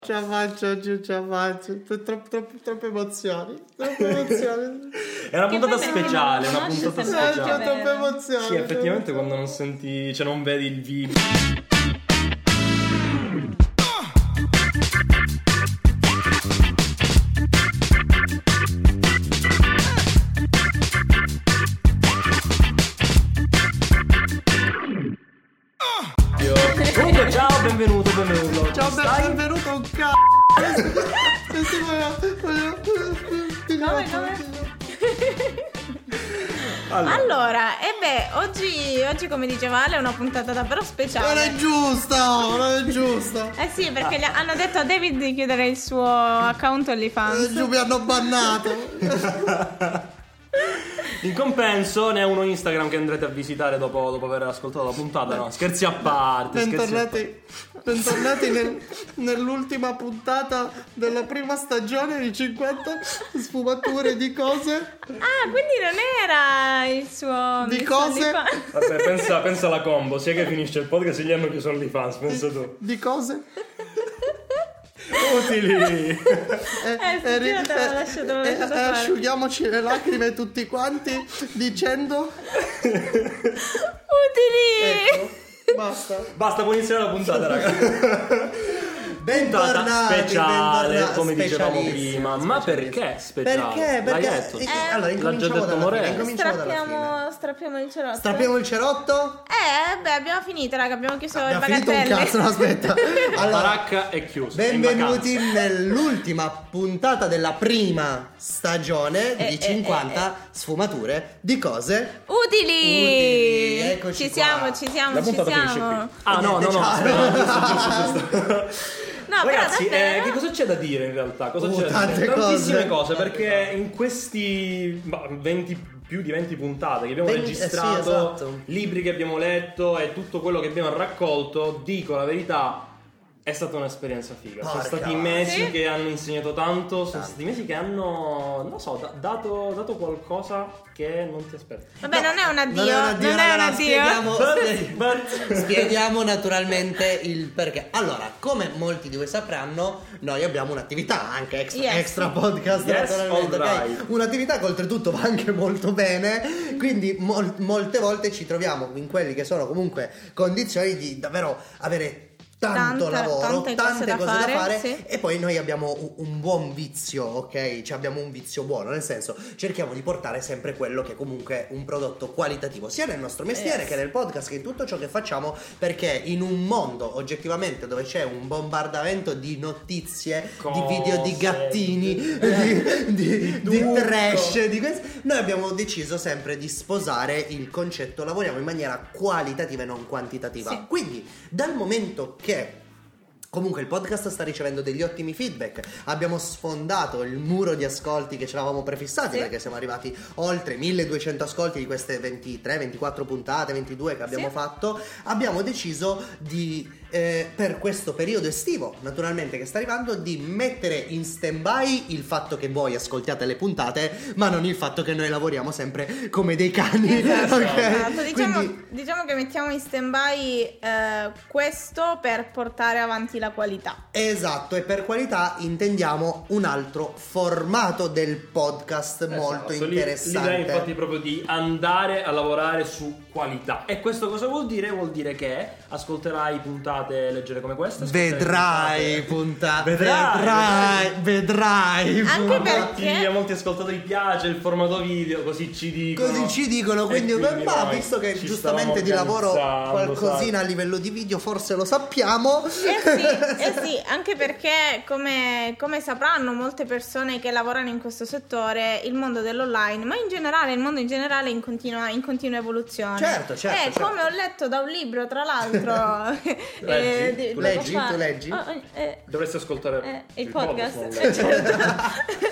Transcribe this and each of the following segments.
Ce la faccio. Troppe emozioni. È una puntata speciale, Troppe emozioni. Sì, effettivamente quando non senti, cioè non vedi il video. Comunque ciao, benvenuto. Ciao, benvenuto un Allora, oggi come diceva Ale è una puntata davvero speciale. Non è giusta. Eh sì, perché hanno detto a David di chiudere il suo account OnlyFans. Giù mi hanno bannato. In compenso ne è uno Instagram che andrete a visitare dopo aver ascoltato la puntata. No, scherzi a parte. Bentornati nell'ultima puntata della prima stagione di 50 sfumature di cose. Ah, quindi non era il suo... Di cose? Vabbè, pensa alla combo, sia che finisce il podcast e gli hanno chiuso OnlyFans, pensa tu. Di cose? Utili. Asciughiamoci le lacrime tutti quanti dicendo utili. Ecco, basta, può iniziare la puntata, raga. Puntata speciale, come dicevamo prima. Ma perché speciale? Perché? L'hai detto? Allora, l'ha già detto Morelli. Strappiamo il cerotto. Strappiamo il cerotto? Abbiamo finito, raga, abbiamo chiuso il Abbiamo finito un bagatelli. cazzo, no, aspetta. La baracca è chiusa. Benvenuti nell'ultima puntata della prima stagione di 50 sfumature di cose utili. Eccoci Ci siamo. La puntata finisce qui. No, giusto. No, ragazzi, però che cosa c'è da dire in realtà? Tante Tantissime cose, perché in questi più di 20 puntate che abbiamo registrato, sì, esatto. Libri che abbiamo letto e tutto quello che abbiamo raccolto, dico la verità, è stata un'esperienza figa. Sono stati mesi che hanno insegnato tanto, sono stati mesi che hanno, non so, dato qualcosa che non ti aspetti. Vabbè, non è un addio. Spieghiamo naturalmente il perché. Allora, come molti di voi sapranno, noi abbiamo un'attività anche extra podcast, naturalmente, okay? Un'attività che oltretutto va anche molto bene, quindi molte volte ci troviamo in quelli che sono comunque condizioni di davvero avere tanto lavoro, tante cose da fare sì. E poi noi abbiamo un buon vizio, ok? Cioè abbiamo un vizio buono, nel senso cerchiamo di portare sempre quello che comunque è un prodotto qualitativo, sia nel nostro mestiere che nel podcast, che in tutto ciò che facciamo, perché in un mondo oggettivamente dove c'è un bombardamento di notizie, di video di gattini, di trash, di questo, noi abbiamo deciso sempre di sposare il concetto, lavoriamo in maniera qualitativa e non quantitativa. Sì. Quindi dal momento che comunque il podcast sta ricevendo degli ottimi feedback, abbiamo sfondato il muro di ascolti che ci eravamo prefissati, perché siamo arrivati oltre 1200 ascolti di queste 23, 24 puntate, 22 che abbiamo fatto. Abbiamo deciso di per questo periodo estivo, naturalmente, che sta arrivando, di mettere in stand-by il fatto che voi ascoltiate le puntate, ma non il fatto che noi lavoriamo sempre come dei cani. Esatto. Okay? Diciamo che mettiamo in stand-by questo per portare avanti la qualità. Esatto, e per qualità intendiamo un altro formato del podcast molto interessante. L'idea infatti proprio di andare a lavorare su qualità. E questo cosa vuol dire? Vuol dire che ascolterai puntate leggere come queste, vedrai puntate, anche perché a molti ascoltatori piace il formato video, così ci dicono, quindi visto che giustamente di lavoro qualcosina a livello di video forse lo sappiamo. sì, anche perché come sapranno molte persone che lavorano in questo settore, il mondo dell'online, ma in generale il mondo in generale in continua evoluzione. Certo. Come ho letto da un libro, tra l'altro. Tu leggi? Dovresti ascoltare il podcast. Certo.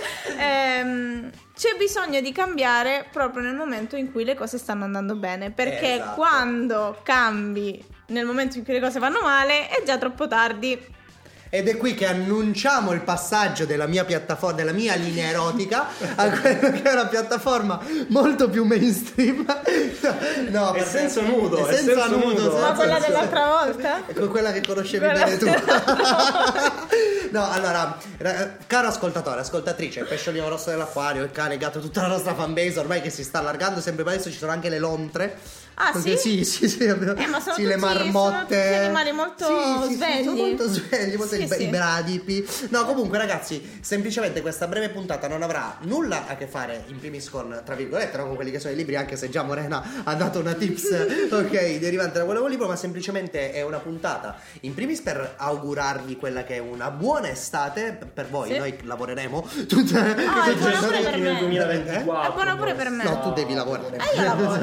C'è bisogno di cambiare proprio nel momento in cui le cose stanno andando bene, perché quando cambi nel momento in cui le cose vanno male è già troppo tardi. Ed è qui che annunciamo il passaggio della mia piattaforma, della mia linea erotica a quella che è una piattaforma molto più mainstream. No, è senza nudo. Ma quella dell'altra volta? Ecco, quella che conoscevi bene tu. No, allora, caro ascoltatore, ascoltatrice, il pesciolino rosso dell'acquario, il cane, il gatto, tutta la nostra fanbase ormai che si sta allargando sempre più, adesso ci sono anche le lontre. Ah, sì? Sì, ma sono sì, le marmotte. Sono tutti animali molto svegli. Sono molto svegli, i bradipi. No, comunque ragazzi, semplicemente questa breve puntata non avrà nulla a che fare in primis con, tra virgolette, no, con quelli che sono i libri, anche se già Morena ha dato una tips, ok, derivante da quello libro, ma semplicemente è una puntata in primis per augurarvi quella che è una buona estate per voi. Noi lavoreremo tutte è buono pure per me. 2024. È buono pure per me. No, tu devi lavorare. Io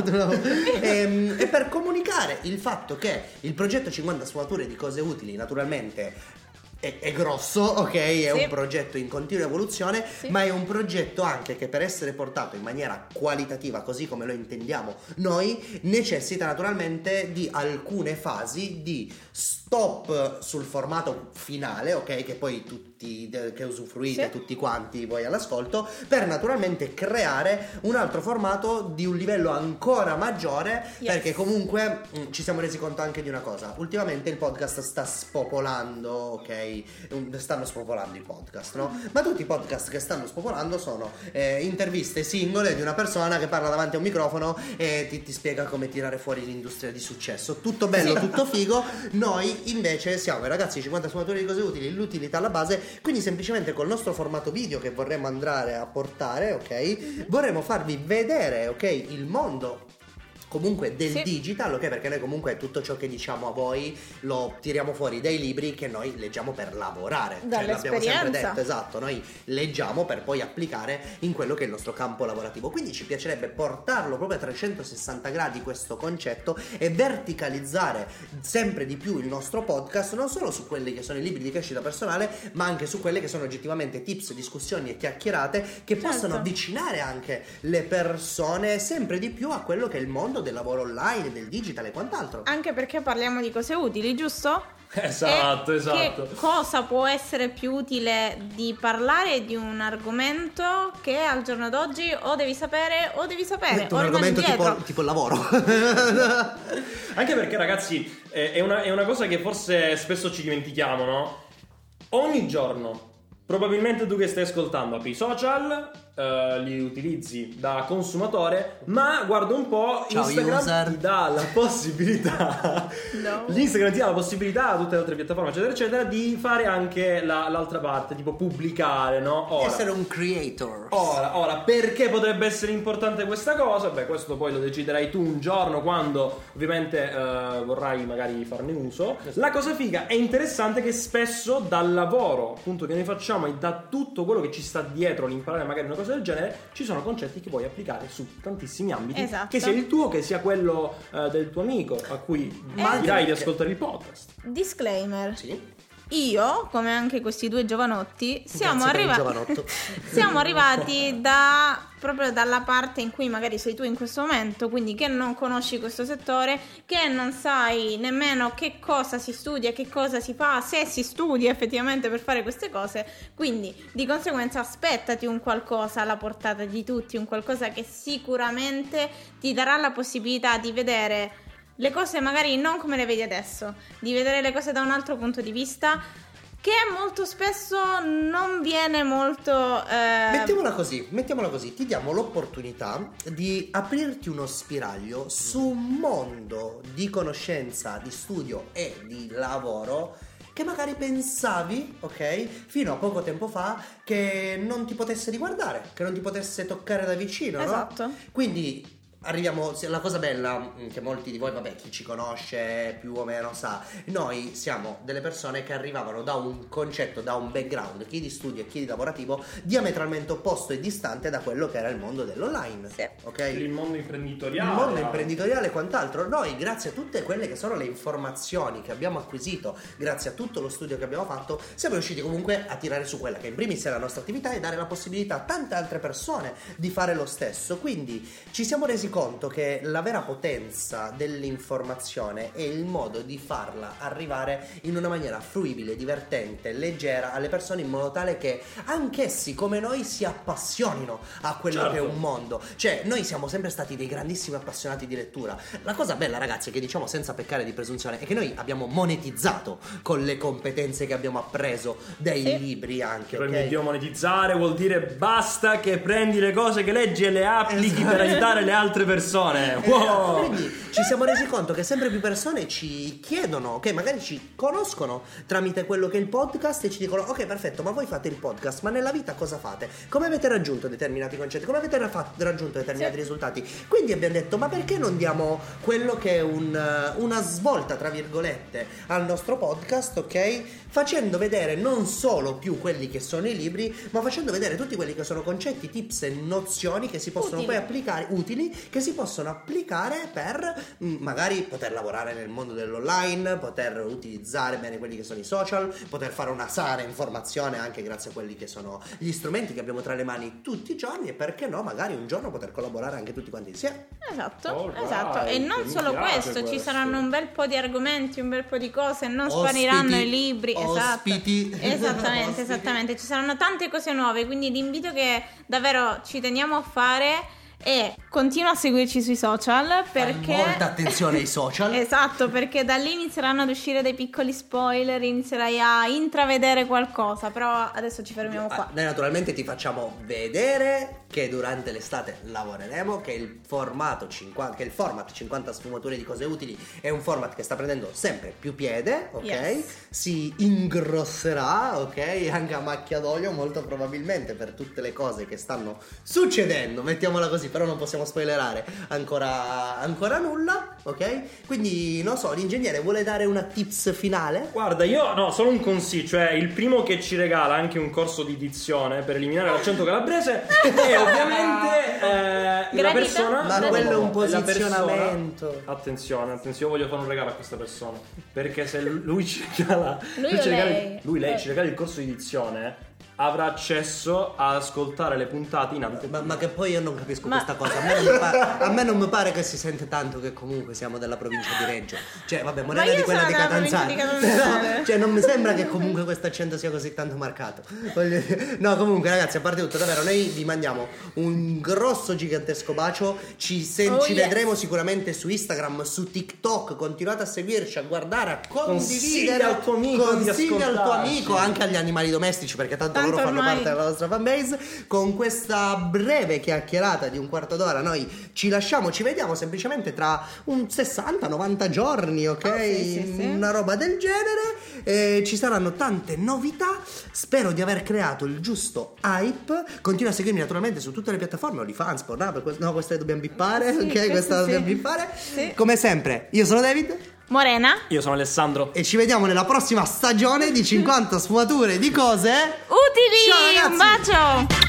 lavoro. E per comunicare il fatto che il progetto 50 sfumature di cose utili naturalmente è grosso, ok? È un progetto in continua evoluzione, ma è un progetto anche che per essere portato in maniera qualitativa, così come lo intendiamo noi, necessita naturalmente di alcune fasi di stop sul formato finale, ok? Che poi tutti che usufruite, tutti quanti voi all'ascolto, per naturalmente creare un altro formato di un livello ancora maggiore, perché comunque ci siamo resi conto anche di una cosa: ultimamente il podcast sta spopolando, ok? Stanno spopolando i podcast, no? Ma tutti i podcast che stanno spopolando sono interviste singole di una persona che parla davanti a un microfono e ti spiega come tirare fuori l'industria di successo. Tutto bello, tutto figo. Noi invece siamo i ragazzi 50 sfumatori di cose utili, l'utilità alla base. Quindi semplicemente col nostro formato video che vorremmo andare a portare, ok? Vorremmo farvi vedere, ok, il mondo comunque del digital, ok? Perché noi comunque tutto ciò che diciamo a voi lo tiriamo fuori dai libri che noi leggiamo per lavorare. L'abbiamo sempre detto, esatto, noi leggiamo per poi applicare in quello che è il nostro campo lavorativo. Quindi ci piacerebbe portarlo proprio a 360 gradi questo concetto e verticalizzare sempre di più il nostro podcast, non solo su quelli che sono i libri di crescita personale, ma anche su quelle che sono oggettivamente tips, discussioni e chiacchierate che possono avvicinare anche le persone sempre di più a quello che è il mondo del lavoro online, del digital e quant'altro. Anche perché parliamo di cose utili, giusto? Esatto. Che cosa può essere più utile di parlare di un argomento che al giorno d'oggi o devi sapere un argomento tipo il lavoro. Anche perché ragazzi è una cosa che forse spesso ci dimentichiamo, no? Ogni giorno probabilmente tu che stai ascoltando apri i social, li utilizzi da consumatore, ma guarda un po', Instagram ti dà la possibilità l'Instagram ti dà la possibilità, tutte le altre piattaforme eccetera eccetera, di fare anche l'altra parte, tipo pubblicare, no? Essere un creator. Ora, perché potrebbe essere importante questa cosa? Beh, questo poi lo deciderai tu un giorno, quando ovviamente vorrai magari farne uso. La cosa figa è interessante che spesso dal lavoro appunto che noi facciamo e da tutto quello che ci sta dietro l'imparare magari una cosa del genere, ci sono concetti che puoi applicare su tantissimi ambiti, che sia il tuo, che sia quello del tuo amico a cui dirai di ascoltare il podcast. Disclaimer: io, come anche questi due giovanotti, siamo arrivati proprio dalla parte in cui magari sei tu in questo momento, quindi che non conosci questo settore, che non sai nemmeno che cosa si studia, che cosa si fa, se si studia effettivamente per fare queste cose. Quindi di conseguenza aspettati un qualcosa alla portata di tutti, un qualcosa che sicuramente ti darà la possibilità di vedere le cose magari non come le vedi adesso, di vedere le cose da un altro punto di vista, che molto spesso non viene molto mettiamola così, ti diamo l'opportunità di aprirti uno spiraglio su un mondo di conoscenza, di studio e di lavoro che magari pensavi, ok, fino a poco tempo fa, che non ti potesse riguardare, che non ti potesse toccare da vicino, esatto. No? Quindi arriviamo, la cosa bella che molti di voi, vabbè, chi ci conosce più o meno sa, noi siamo delle persone che arrivavano da un concetto, da un background, chi di studio e chi di lavorativo, diametralmente opposto e distante da quello che era il mondo dell'online, ok? Il mondo imprenditoriale. Il mondo imprenditoriale e quant'altro. Noi, grazie a tutte quelle che sono le informazioni che abbiamo acquisito, grazie a tutto lo studio che abbiamo fatto, siamo riusciti comunque a tirare su quella che in primis è la nostra attività e dare la possibilità a tante altre persone di fare lo stesso. Quindi ci siamo resi conto che la vera potenza dell'informazione è il modo di farla arrivare in una maniera fruibile, divertente, leggera alle persone, in modo tale che anch'essi come noi si appassionino a quello che è un mondo. Cioè, noi siamo sempre stati dei grandissimi appassionati di lettura. La cosa bella, ragazzi, è che diciamo senza peccare di presunzione, è che noi abbiamo monetizzato con le competenze che abbiamo appreso dai libri anche. Per mio Dio, monetizzare vuol dire basta che prendi le cose che leggi e le applichi per aiutare le altre persone. Wow. Quindi ci siamo resi conto che sempre più persone ci chiedono, ok, magari ci conoscono tramite quello che è il podcast e ci dicono ok, perfetto, ma voi fate il podcast, ma nella vita cosa fate? Come avete raggiunto determinati concetti? Come avete raggiunto determinati risultati? Quindi abbiamo detto, ma perché non diamo quello che è una svolta, tra virgolette, al nostro podcast, ok? Facendo vedere non solo più quelli che sono i libri, ma facendo vedere tutti quelli che sono concetti, tips e nozioni che si possono poi applicare, utili, che si possono applicare per magari poter lavorare nel mondo dell'online, poter utilizzare bene quelli che sono i social, poter fare una sana informazione anche grazie a quelli che sono gli strumenti che abbiamo tra le mani tutti i giorni, e perché no, magari un giorno poter collaborare anche tutti quanti insieme. Esatto. E non solo questo, ci saranno un bel po' di argomenti, un bel po' di cose, non spariranno i libri. Ospiti. Esattamente, ci saranno tante cose nuove, quindi l'invito che davvero ci teniamo a fare è: continua a seguirci sui social, perché fai molta attenzione ai social. Esatto, perché da lì inizieranno ad uscire dei piccoli spoiler, inizierai a intravedere qualcosa, però adesso ci fermiamo qua. Noi naturalmente ti facciamo vedere che durante l'estate lavoreremo, che il format 50 sfumature di cose utili è un format che sta prendendo sempre più piede, ok? Yes. Si ingrosserà, ok? Anche a macchia d'olio molto probabilmente, per tutte le cose che stanno succedendo, mettiamola così, però non possiamo spoilerare ancora nulla, ok? Quindi non so, l'ingegnere vuole dare una tips finale? Guarda, solo un consiglio, cioè il primo che ci regala anche un corso di dizione per eliminare l'accento calabrese è ovviamente la persona. Ma quello è un posizionamento. Attenzione, io voglio fare un regalo a questa persona, perché se lui ci regala lei ci regala il corso di dizione, avrà accesso a ascoltare le puntate in audio. Ma che poi io non capisco questa cosa. A me non mi pare che si sente tanto che comunque siamo della provincia di Reggio. Cioè, vabbè, Morena di quella di Catanzaro. Però, cioè, non mi sembra che comunque questo accento sia così tanto marcato. No, comunque, ragazzi, a parte tutto, davvero, noi vi mandiamo un grosso, gigantesco bacio. Ci vedremo sicuramente su Instagram, su TikTok. Continuate a seguirci, a guardare, a condividere. Consiglia al tuo amico, anche agli animali domestici, perché tanto loro fanno parte della nostra fanbase. Con questa breve chiacchierata di un quarto d'ora noi ci lasciamo, ci vediamo semplicemente tra un 60-90 giorni, ok? Sì. Una roba del genere. Ci saranno tante novità. Spero di aver creato il giusto hype. Continua a seguirmi naturalmente su tutte le piattaforme, OnlyFans, Pornhub, no, queste le dobbiamo bippare, ok? Questa la dobbiamo bippare. Sì. Come sempre, io sono David. Morena. Io sono Alessandro. E ci vediamo nella prossima stagione di 50 sfumature di cose utili. Ciao, ragazzi. Un bacio.